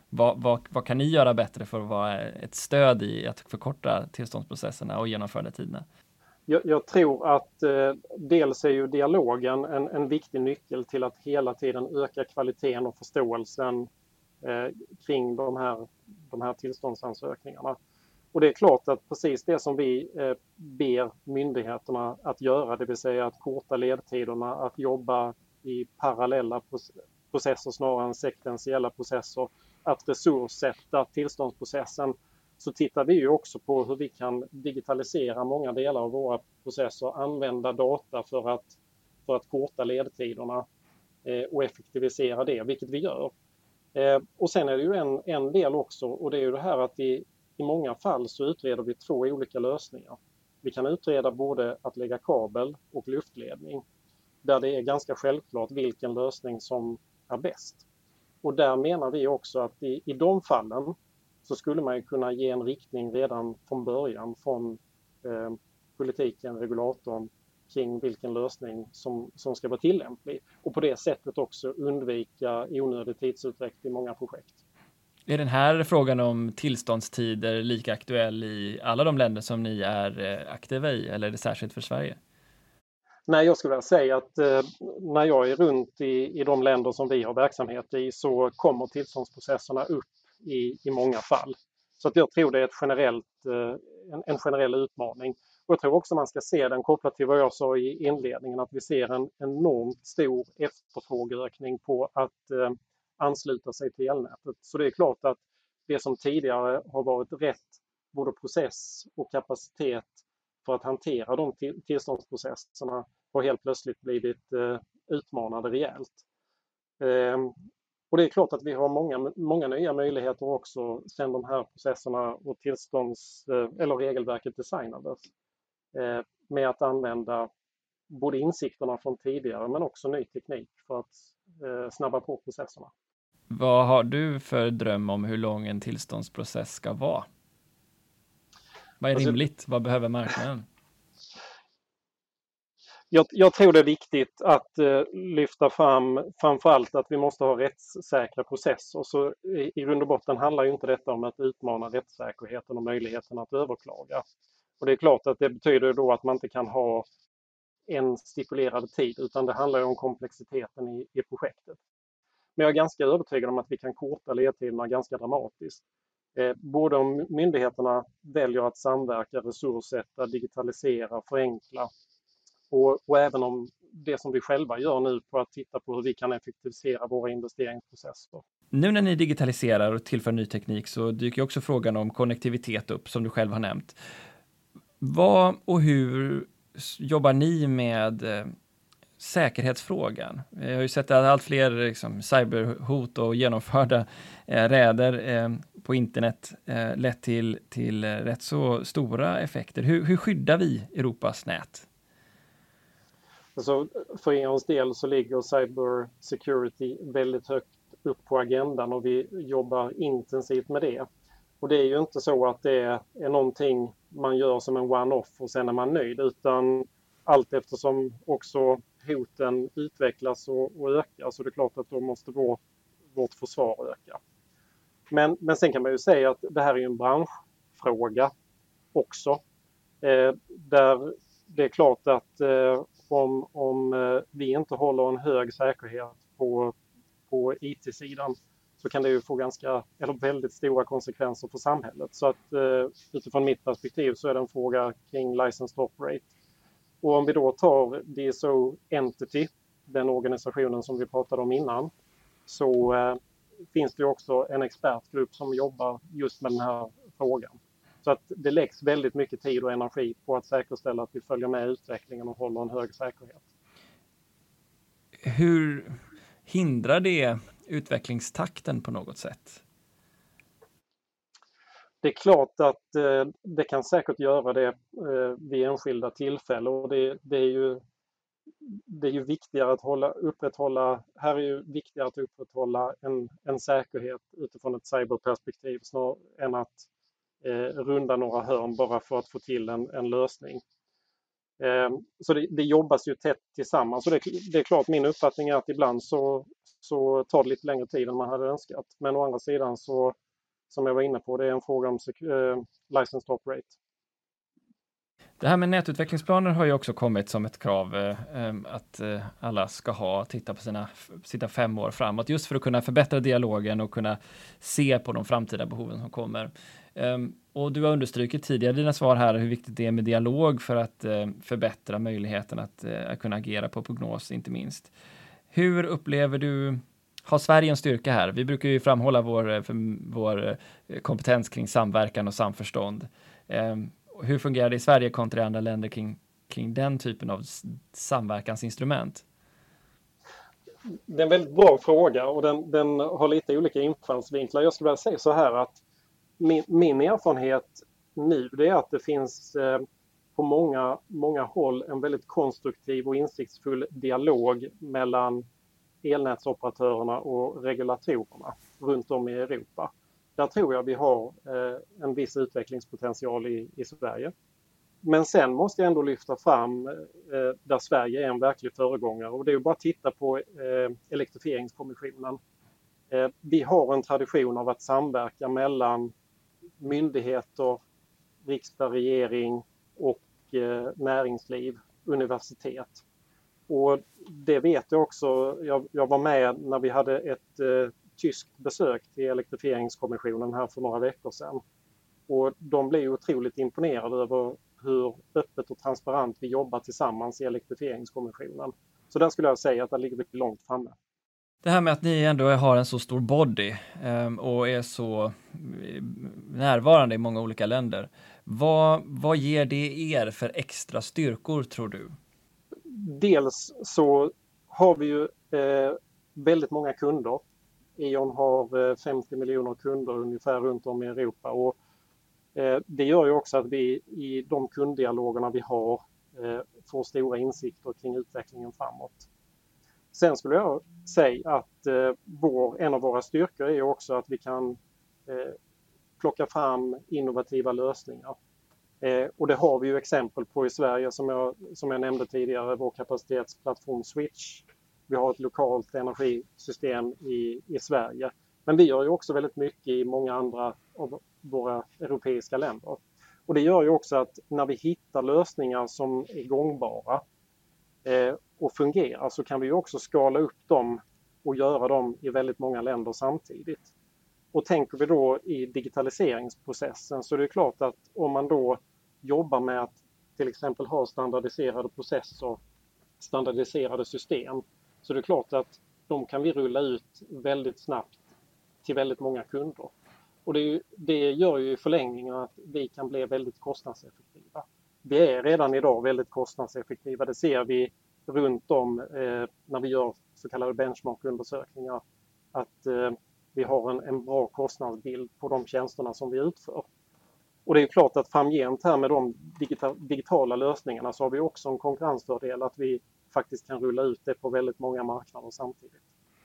A: Vad, vad, vad kan ni göra bättre för att vara ett stöd i att förkorta tillståndsprocesserna och genomförandetiderna?
C: Jag, jag tror att eh, dels är ju dialogen en, en viktig nyckel till att hela tiden öka kvaliteten och förståelsen eh, kring de här, de här tillståndsansökningarna. Och det är klart att precis det som vi eh, ber myndigheterna att göra, det vill säga att korta ledtiderna, att jobba i parallella processer snarare än sekventiella processer, att resurssätta tillståndsprocessen, så tittar vi ju också på hur vi kan digitalisera många delar av våra processer, använda data för att, för att korta ledtiderna eh, och effektivisera det, vilket vi gör. Eh, och sen är det ju en, en del också, och det är ju det här att i, i många fall så utreder vi två olika lösningar. Vi kan utreda både att lägga kabel och luftledning, där det är ganska självklart vilken lösning som är bäst. Och där menar vi också att i, i de fallen så skulle man ju kunna ge en riktning redan från början från eh, politiken, regulatorn, kring vilken lösning som, som ska vara tillämplig. Och på det sättet också undvika onödig tidsutdräkt i många projekt.
A: Är den här frågan om tillståndstider lika aktuell i alla de länder som ni är aktiva i, eller är det särskilt för Sverige?
C: Nej, jag skulle vilja säga att eh, när jag är runt i, i de länder som vi har verksamhet i, så kommer tillståndsprocesserna upp i, i många fall. Så att jag tror det är ett generellt, eh, en, en generell utmaning. Och jag tror också man ska se den kopplat till vad jag sa i inledningen, att vi ser en enormt stor efterfrågeökning på att eh, ansluta sig till elnätet. Så det är klart att det som tidigare har varit rätt, både process och kapacitet för att hantera de tillståndsprocesserna, har helt plötsligt blivit eh, utmanade rejält. Eh, och det är klart att vi har många, många nya möjligheter också sedan de här processerna och tillstånds eh, eller regelverket designades. Eh, med att använda både insikterna från tidigare men också ny teknik för att eh, snabba på processerna.
A: Vad har du för dröm om hur lång en tillståndsprocess ska vara? Vad är
C: alltså,
A: rimligt? Vad behöver marknaden?
C: Jag, jag tror det är viktigt att eh, lyfta fram framförallt att vi måste ha rättssäkra processer. Så i, i grund och botten handlar ju inte detta om att utmana rättssäkerheten och möjligheten att överklaga. Och det är klart att det betyder då att man inte kan ha en stipulerad tid, utan det handlar ju om komplexiteten i, i projektet. Men jag är ganska övertygad om att vi kan korta ledtiderna ganska dramatiskt. Eh, både om myndigheterna väljer att samverka, resurssätta, digitalisera, förenkla. Och, och även om det som vi själva gör nu på att titta på hur vi kan effektivisera våra investeringsprocesser.
A: Nu när ni digitaliserar och tillför ny teknik så dyker också frågan om konnektivitet upp, som du själv har nämnt. Vad och hur jobbar ni med eh, säkerhetsfrågan? Jag har ju sett att allt fler liksom, cyberhot och genomförda eh, räder eh, på internet eh, lett till, till eh, rätt så stora effekter. Hur, hur skyddar vi Europas nät?
C: Alltså, för Eons del så ligger cyber security väldigt högt upp på agendan och vi jobbar intensivt med det. Och det är ju inte så att det är någonting man gör som en one-off och sen är man nöjd, utan allt eftersom också hoten utvecklas och, och ökar, så det är klart att då måste vår, vårt försvar öka. Men, men sen kan man ju säga att det här är en branschfråga också. Eh, där det är klart att eh, om, om eh, vi inte håller en hög säkerhet på, på I T-sidan, så kan det ju få ganska, eller väldigt stora konsekvenser för samhället. Så att eh, utifrån mitt perspektiv så är det en fråga kring license to operate. Och om vi då tar D S O Entity, den organisationen som vi pratade om innan, så eh, finns det också en expertgrupp som jobbar just med den här frågan. Så att det läggs väldigt mycket tid och energi på att säkerställa att vi följer med utvecklingen och håller en hög säkerhet.
A: Hur hindrar det utvecklingstakten på något sätt?
C: Det är klart att eh, det kan säkert göra det eh, vid enskilda tillfällen, och det, det, är ju, det är ju viktigare att hålla, upprätthålla, här är ju viktigare att upprätthålla en, en säkerhet utifrån ett cyberperspektiv snarare än att eh, runda några hörn bara för att få till en, en lösning. Så det, det jobbas ju tätt tillsammans. Så det, det är klart, min uppfattning är att ibland så, så tar det lite längre tid än man hade önskat. Men å andra sidan så, som jag var inne på, det är en fråga om eh, license to operate.
A: Det här med nätutvecklingsplaner har ju också kommit som ett krav eh, att eh, alla ska ha, titta på sina, sina fem år framåt, just för att kunna förbättra dialogen och kunna se på de framtida behoven som kommer. Eh, och du har understrukit tidigare i dina svar här hur viktigt det är med dialog för att eh, förbättra möjligheten att, eh, att kunna agera på prognos, inte minst. Hur upplever du, har Sverige en styrka här? Vi brukar ju framhålla vår, för, vår kompetens kring samverkan och samförstånd. Eh, Hur fungerar det i Sverige kontra andra länder kring, kring den typen av samverkansinstrument?
C: Det är en väldigt bra fråga och den, den har lite olika infallsvinklar. Jag skulle vilja säga så här att min, min erfarenhet nu det är att det finns eh, på många, många håll en väldigt konstruktiv och insiktsfull dialog mellan elnätsoperatörerna och regulatorerna runt om i Europa. Där tror jag vi har eh, en viss utvecklingspotential i, i Sverige. Men sen måste jag ändå lyfta fram eh, där Sverige är en verklig föregångare. Och det är ju bara att titta på eh, elektrifieringskommissionen. Eh, vi har en tradition av att samverka mellan myndigheter, riksdag, regering och eh, näringsliv, universitet. Och det vet jag också, jag, jag var med när vi hade ett eh, tyskt besök till elektrifieringskommissionen här för några veckor sedan. Och de blev otroligt imponerade över hur öppet och transparent vi jobbar tillsammans i elektrifieringskommissionen. Så där skulle jag säga att där ligger vi långt framme.
A: Det här med att ni ändå har en så stor body um, och är så närvarande i många olika länder. Vad, vad ger det er för extra styrkor, tror du?
C: Dels så har vi ju eh, väldigt många kunder. E.ON har femtio miljoner kunder ungefär runt om i Europa och eh, det gör ju också att vi i de kunddialogerna vi har eh, får stora insikter kring utvecklingen framåt. Sen skulle jag säga att eh, vår, en av våra styrkor är också att vi kan eh, plocka fram innovativa lösningar. Eh, och det har vi ju exempel på i Sverige som jag, som jag nämnde tidigare, vår kapacitetsplattform Switch. Vi har ett lokalt energisystem i, i Sverige. Men vi gör ju också väldigt mycket i många andra av våra europeiska länder. Och det gör ju också att när vi hittar lösningar som är gångbara eh, och fungerar så kan vi ju också skala upp dem och göra dem i väldigt många länder samtidigt. Och tänker vi då i digitaliseringsprocessen så är det klart att om man då jobbar med att till exempel ha standardiserade processer, standardiserade system, så det är klart att de kan vi rulla ut väldigt snabbt till väldigt många kunder. Och det, det gör ju i förlängningen att vi kan bli väldigt kostnadseffektiva. Vi är redan idag väldigt kostnadseffektiva. Det ser vi runt om eh, när vi gör så kallade benchmarkundersökningar. Att eh, vi har en, en bra kostnadsbild på de tjänsterna som vi utför. Och det är klart att framgent här med de digita- digitala lösningarna så har vi också en konkurrensfördel att vi faktiskt kan rulla ut det på väldigt många marknader samtidigt.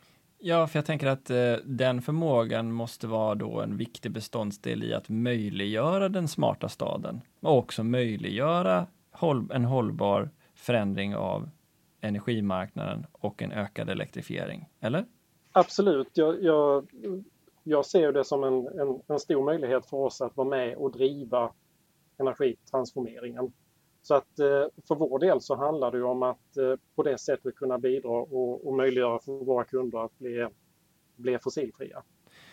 A: Ja, för jag tänker att eh, den förmågan måste vara då en viktig beståndsdel i att möjliggöra den smarta staden och också möjliggöra håll- en hållbar förändring av energimarknaden och en ökad elektrifiering, eller?
C: Absolut. Jag, jag, jag ser det som en, en, en stor möjlighet för oss att vara med och driva energitransformeringen. Så att för vår del så handlar det om att på det sättet kunna bidra och, och möjliggöra för våra kunder att bli, bli fossilfria.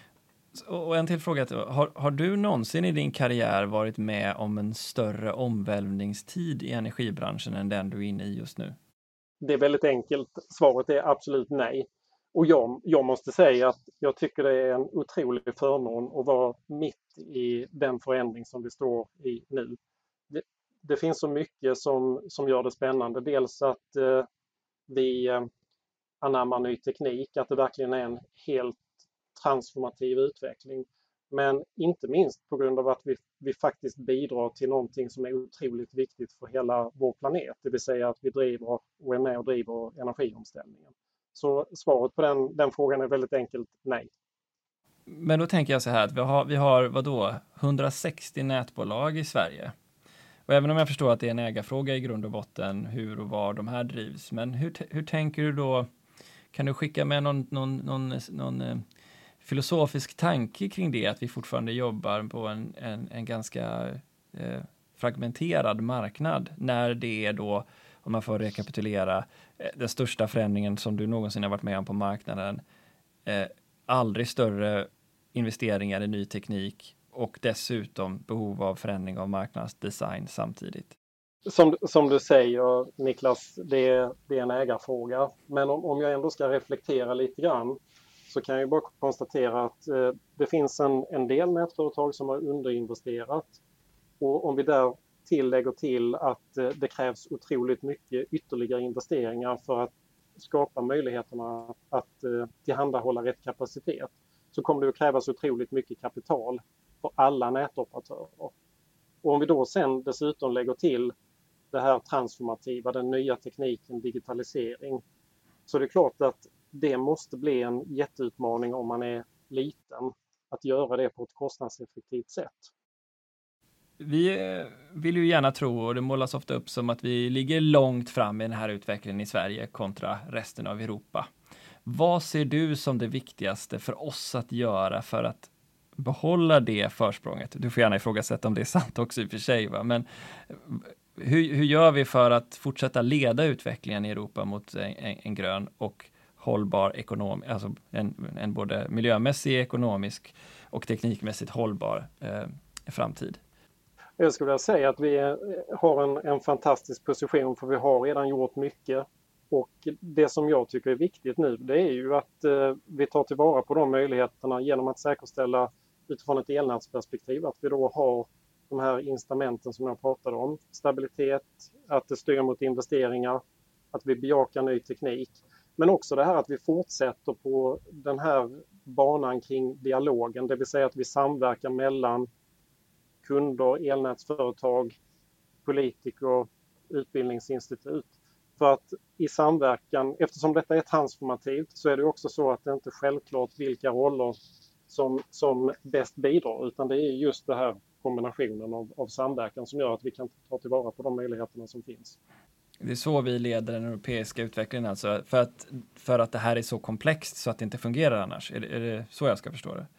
A: Och en till fråga, har, har du någonsin i din karriär varit med om en större omvälvningstid i energibranschen än den du är inne i just nu?
C: Det är väldigt enkelt. Svaret är absolut nej. Och jag, jag måste säga att jag tycker det är en otrolig förmån att vara mitt i den förändring som vi står i nu. Det, det finns så mycket som, som gör det spännande. Dels att eh, vi eh, anammar ny teknik, att det verkligen är en helt transformativ utveckling. Men inte minst på grund av att vi, vi faktiskt bidrar till någonting som är otroligt viktigt för hela vår planet. Det vill säga att vi driver och är med och driver energiomställningen. Så svaret på den, den frågan är väldigt enkelt nej.
A: Men då tänker jag så här att vi har, vi har vadå, hundrasextio nätbolag i Sverige. Och även om jag förstår att det är en ägarfråga i grund och botten hur och var de här drivs, men hur, hur tänker du då? Kan du skicka med någon, någon, någon, någon eh, filosofisk tanke kring det, att vi fortfarande jobbar på en, en, en ganska eh, fragmenterad marknad när det är då, om man får rekapitulera, eh, den största förändringen som du någonsin har varit med om på marknaden, eh, aldrig större investeringar i ny teknik och dessutom behov av förändring av marknadsdesign samtidigt.
C: Som, som du säger, Niklas, det är, det är en ägarfråga. Men om, om jag ändå ska reflektera lite grann så kan jag bara konstatera att eh, det finns en, en del nätföretag som har underinvesterat. Och om vi där tillägger till att eh, det krävs otroligt mycket ytterligare investeringar för att skapa möjligheterna att eh, tillhandahålla rätt kapacitet, så kommer det att krävas otroligt mycket kapital för alla nätoperatörer. Och om vi då sen dessutom lägger till det här transformativa, den nya tekniken, digitalisering, så är det klart att det måste bli en jätteutmaning om man är liten att göra det på ett kostnadseffektivt sätt.
A: Vi vill ju gärna tro, och det målas ofta upp som att vi ligger långt fram i den här utvecklingen i Sverige kontra resten av Europa. Vad ser du som det viktigaste för oss att göra för att behålla det försprånget? Du får gärna ifrågasätta om det är sant också i och för sig, va? Men hur, hur gör vi för att fortsätta leda utvecklingen i Europa mot en, en grön och hållbar ekonom, alltså en, en både miljömässig, ekonomisk och teknikmässigt hållbar eh, framtid?
C: Jag skulle vilja säga att vi har en, en fantastisk position, för vi har redan gjort mycket. Och det som jag tycker är viktigt nu, det är ju att eh, vi tar tillvara på de möjligheterna genom att säkerställa utifrån ett elnätsperspektiv att vi då har de här incitamenten som jag pratade om. Stabilitet, att det styr mot investeringar, att vi bejakar ny teknik. Men också det här att vi fortsätter på den här banan kring dialogen, det vill säga att vi samverkar mellan kunder, elnätsföretag, politiker, utbildningsinstitut. För att i samverkan, eftersom detta är transformativt, så är det också så att det inte är självklart vilka roller som, som bäst bidrar, utan det är just det här kombinationen av, av samverkan som gör att vi kan ta tillvara på de möjligheterna som finns.
A: Det är så vi leder den europeiska utvecklingen, alltså för att, för att det här är så komplext så att det inte fungerar annars. Är det, är det så jag ska förstå det?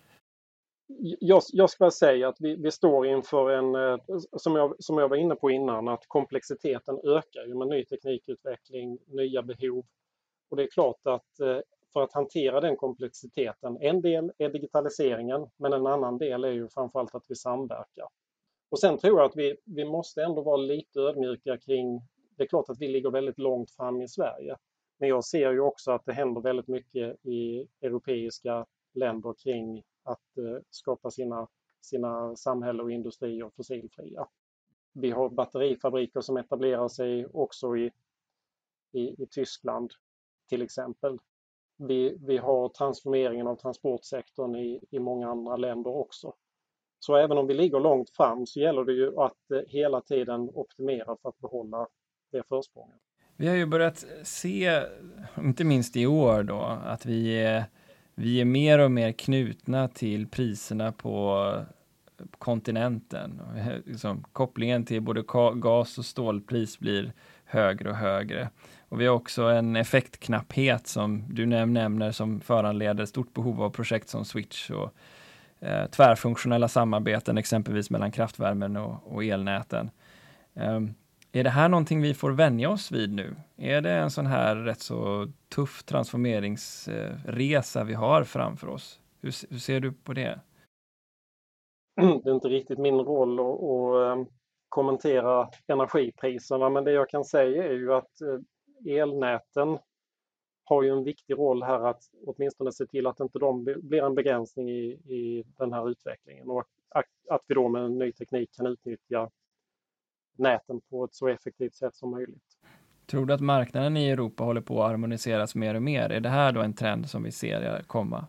C: Jag, jag ska säga att vi, vi står inför en, som jag, som jag var inne på innan, att komplexiteten ökar ju med ny teknikutveckling, nya behov. Och det är klart att för att hantera den komplexiteten, en del är digitaliseringen, men en annan del är ju framförallt att vi samverkar. Och sen tror jag att vi, vi måste ändå vara lite ödmjuka kring, det är klart att vi ligger väldigt långt fram i Sverige. Men jag ser ju också att det händer väldigt mycket i europeiska länder kring att eh, skapa sina, sina samhällen och industrier fossilfria. Vi har batterifabriker som etablerar sig också i, i, i Tyskland till exempel. Vi, vi har transformeringen av transportsektorn i, i många andra länder också. Så även om vi ligger långt fram så gäller det ju att eh, hela tiden optimera för att behålla det försprånget.
A: Vi har ju börjat se, inte minst i år då, att vi är, vi är mer och mer knutna till priserna på kontinenten. Liksom, kopplingen till både gas- och stålpris blir högre och högre. Och vi har också en effektknapphet som du nämner som föranleder stort behov av projekt som Switch och eh, tvärfunktionella samarbeten exempelvis mellan kraftvärmen och, och elnäten. Um, Är det här någonting vi får vänja oss vid nu? Är det en sån här rätt så tuff transformeringsresa vi har framför oss? Hur, hur ser du på det?
C: Det är inte riktigt min roll att, att kommentera energipriserna, men det jag kan säga är ju att elnäten har ju en viktig roll här att åtminstone se till att inte de blir en begränsning i, i den här utvecklingen och att, att vi då med ny teknik kan utnyttja näten på ett så effektivt sätt som möjligt.
A: Tror du att marknaden i Europa håller på att harmoniseras mer och mer? Är det här då en trend som vi ser komma?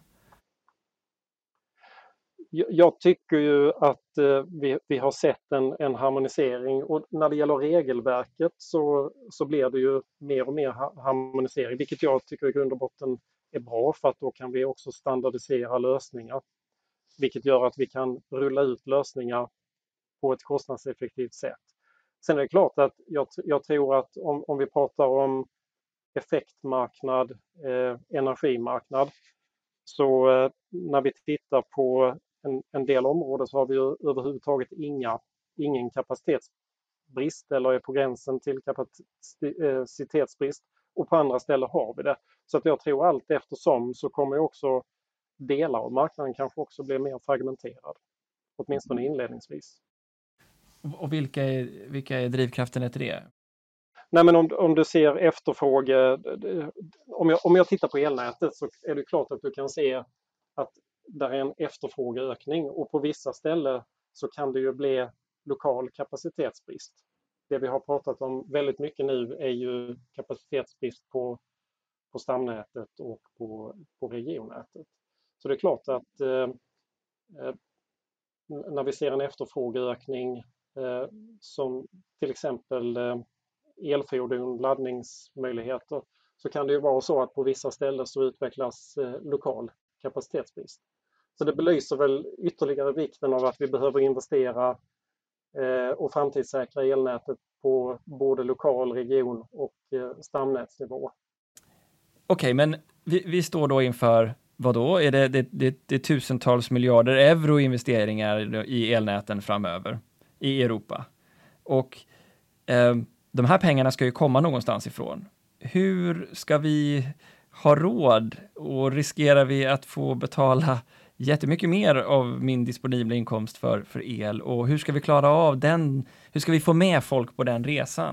C: Jag tycker ju att vi, vi har sett en, en harmonisering, och när det gäller regelverket så, så blir det ju mer och mer harmonisering, vilket jag tycker i grund och botten är bra, för att då kan vi också standardisera lösningar, vilket gör att vi kan rulla ut lösningar på ett kostnadseffektivt sätt. Sen är det klart att jag, jag tror att om, om vi pratar om effektmarknad, eh, energimarknad, så eh, när vi tittar på en, en del områden så har vi ju överhuvudtaget inga, ingen kapacitetsbrist eller är på gränsen till kapacitetsbrist, och på andra ställen har vi det. Så att jag tror allt eftersom så kommer också delar av marknaden kanske också bli mer fragmenterad, åtminstone inledningsvis.
A: Och vilka är, vilka är drivkrafterna till det?
C: Nej, men om, om du ser efterfråge, om jag, om jag tittar på elnätet så är det klart att du kan se att det är en efterfrågeökning, och på vissa ställen så kan det ju bli lokal kapacitetsbrist. Det vi har pratat om väldigt mycket nu är ju kapacitetsbrist på, på stamnätet och på, på regionnätet. Så det är klart att eh, när vi ser en efterfrågeökning eh, som till exempel eh, elfordon, laddningsmöjligheter, så kan det ju vara så att på vissa ställen så utvecklas eh, lokal kapacitetsbrist. Så det belyser väl ytterligare vikten av att vi behöver investera eh, och framtidssäkra elnätet på både lokal, region och eh, stamnätsnivå.
A: Okej, men vi, vi står då inför vad då? Är det, det, det, det är tusentals miljarder euro investeringar i elnäten framöver i Europa. Och eh, de här pengarna ska ju komma någonstans ifrån. Hur ska vi ha råd, och riskerar vi att få betala jättemycket mer av min disponibla inkomst för, för el? Och hur ska vi klara av den? Hur ska vi få med folk på den resan?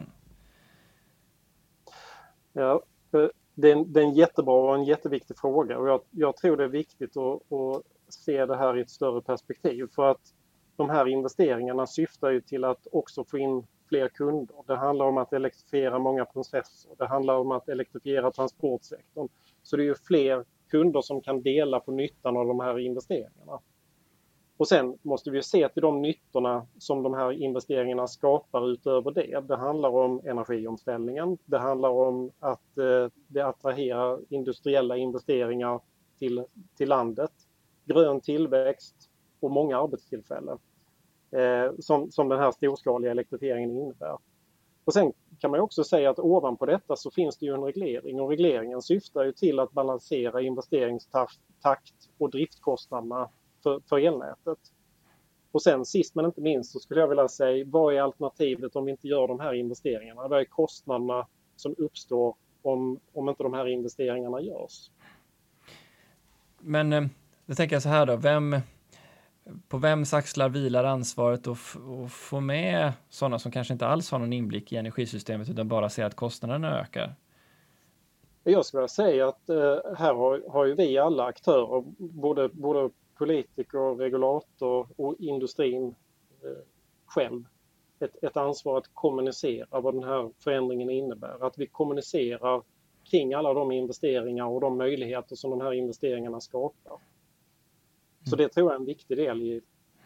C: Ja, det är en, det är en jättebra och en jätteviktig fråga, och jag, jag tror det är viktigt att, att se det här i ett större perspektiv, för att de här investeringarna syftar ju till att också få in fler kunder. Det handlar om att elektrifiera många processer. Det handlar om att elektrifiera transportsektorn. Så det är ju fler kunder som kan dela på nyttan av de här investeringarna. Och sen måste vi se till de nyttorna som de här investeringarna skapar utöver det. Det handlar om energiomställningen. Det handlar om att eh, det attraherar industriella investeringar till, till landet. Grön tillväxt och många arbetstillfällen. Eh, som, som den här storskaliga elektrifieringen innebär. Och sen kan man också säga att ovanpå detta så finns det ju en reglering, och regleringen syftar ju till att balansera investeringstakt och driftkostnaderna för, för elnätet. Och sen sist men inte minst så skulle jag vilja säga, vad är alternativet om vi inte gör de här investeringarna? Vad är kostnaderna som uppstår om, om inte de här investeringarna görs?
A: Men eh, då tänker jag så här då, vem... På vems axlar vilar ansvaret att, f- att få med sådana som kanske inte alls har någon inblick i energisystemet utan bara ser att kostnaderna ökar?
C: Jag skulle säga att eh, här har, har ju vi alla aktörer, både, både politiker, regulator och industrin eh, själv, ett, ett ansvar att kommunicera vad den här förändringen innebär. Att vi kommunicerar kring alla de investeringar och de möjligheter som de här investeringarna skapar. Så det tror jag är en viktig del i,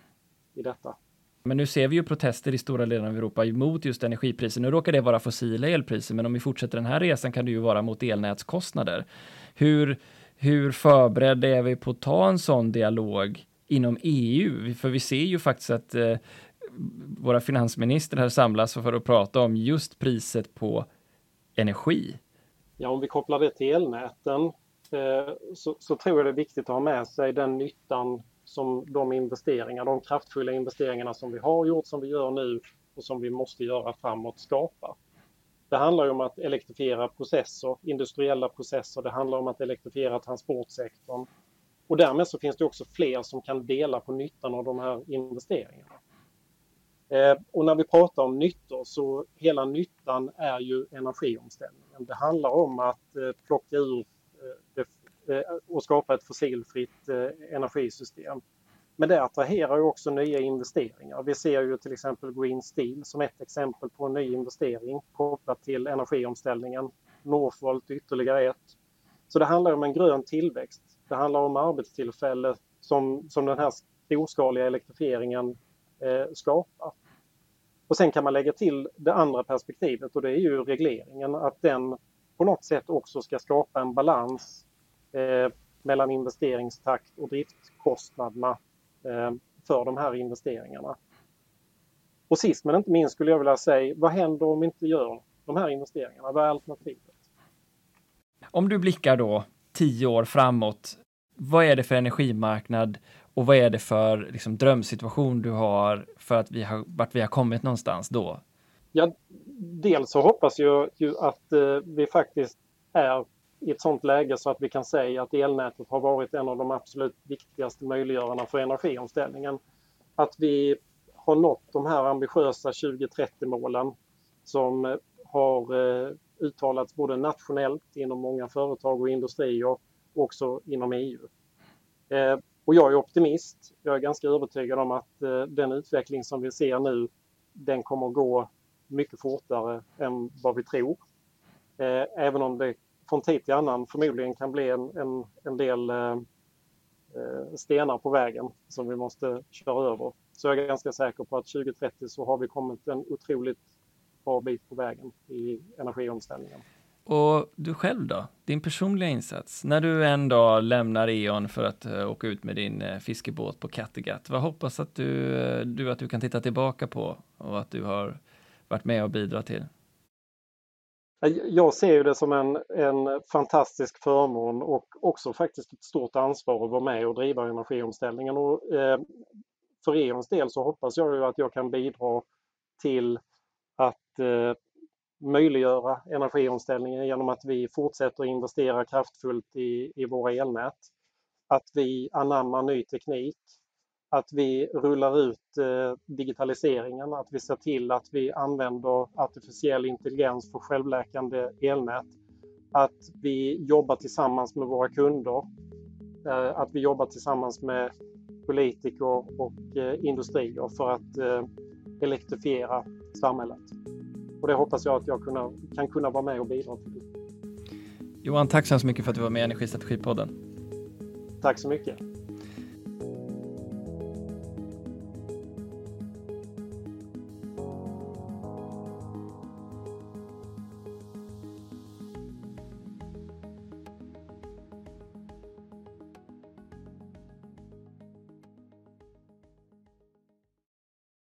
C: i detta.
A: Men nu ser vi ju protester i stora delar av Europa emot just energipriser. Nu råkar det vara fossila elpriser, men om vi fortsätter den här resan kan det ju vara mot elnätskostnader. Hur, hur förberedda är vi på att ta en sån dialog inom E U? För vi ser ju faktiskt att eh, våra finansministrar samlas för att prata om just priset på energi.
C: Ja, om vi kopplar det till elnäten Så, så tror jag det är viktigt att ha med sig den nyttan som de investeringar, de kraftfulla investeringarna som vi har gjort, som vi gör nu och som vi måste göra framåt skapar. Det handlar ju om att elektrifiera processer, industriella processer. Det handlar om att elektrifiera transportsektorn. Och därmed så finns det också fler som kan dela på nyttan av de här investeringarna. Eh, och när vi pratar om nyttor så hela nyttan är ju energiomställningen. Det handlar om att eh, plocka ur eh, det, eh, och skapa ett fossilfritt eh, energisystem. Men det attraherar ju också nya investeringar. Vi ser ju till exempel Green Steel som ett exempel på en ny investering kopplat till energiomställningen. Northvolt ytterligare ett. Så det handlar om en grön tillväxt. Det handlar om arbetstillfällen som, som den här storskaliga elektrifieringen eh, skapar. Och sen kan man lägga till det andra perspektivet och det är ju regleringen. Att den på något sätt också ska skapa en balans eh, mellan investeringstakt och driftkostnaderna för de här investeringarna. Och sist men inte minst skulle jag vilja säga, vad händer om vi inte gör de här investeringarna? Vad är alternativet?
A: Om du blickar då tio år framåt, vad är det för energimarknad och vad är det för liksom, drömsituation du har för att vi har, vart vi har kommit någonstans då?
C: Ja, dels så hoppas jag ju att eh, vi faktiskt är i ett sådant läge så att vi kan säga att elnätet har varit en av de absolut viktigaste möjliggörarna för energiomställningen. Att vi har nått de här ambitiösa tjugo trettio-målen som har eh, uttalats både nationellt inom många företag och industrier och också inom E U. Eh, och jag är optimist. Jag är ganska övertygad om att eh, den utveckling som vi ser nu, den kommer att gå mycket fortare än vad vi tror. Eh, även om det från tid till annan förmodligen kan bli en, en, en del eh, stenar på vägen som vi måste köra över. Så jag är ganska säker på att tjugo trettio så har vi kommit en otroligt bra bit på vägen i energiomställningen.
A: Och du själv då? Din personliga insats? När du en dag lämnar E.ON för att uh, åka ut med din uh, fiskebåt på Kattegatt, vad hoppas att du, uh, du att du kan titta tillbaka på och att du har varit med och bidra till?
C: Jag ser ju det som en, en fantastisk förmån och också faktiskt ett stort ansvar att vara med och driva energiomställningen. Och, eh, för E.ONs del så hoppas jag ju att jag kan bidra till att eh, möjliggöra energiomställningen genom att vi fortsätter investera kraftfullt i, i våra elnät. Att vi anammar ny teknik. Att vi rullar ut eh, digitaliseringen. Att vi ser till att vi använder artificiell intelligens för självläkande elnät. Att vi jobbar tillsammans med våra kunder. Eh, att vi jobbar tillsammans med politiker och eh, industrier för att eh, elektrifiera samhället. Och det hoppas jag att jag kunna, kan kunna vara med och bidra till.
A: Johan, tack så mycket för att du var med i Energistrategipodden.
C: Tack så mycket.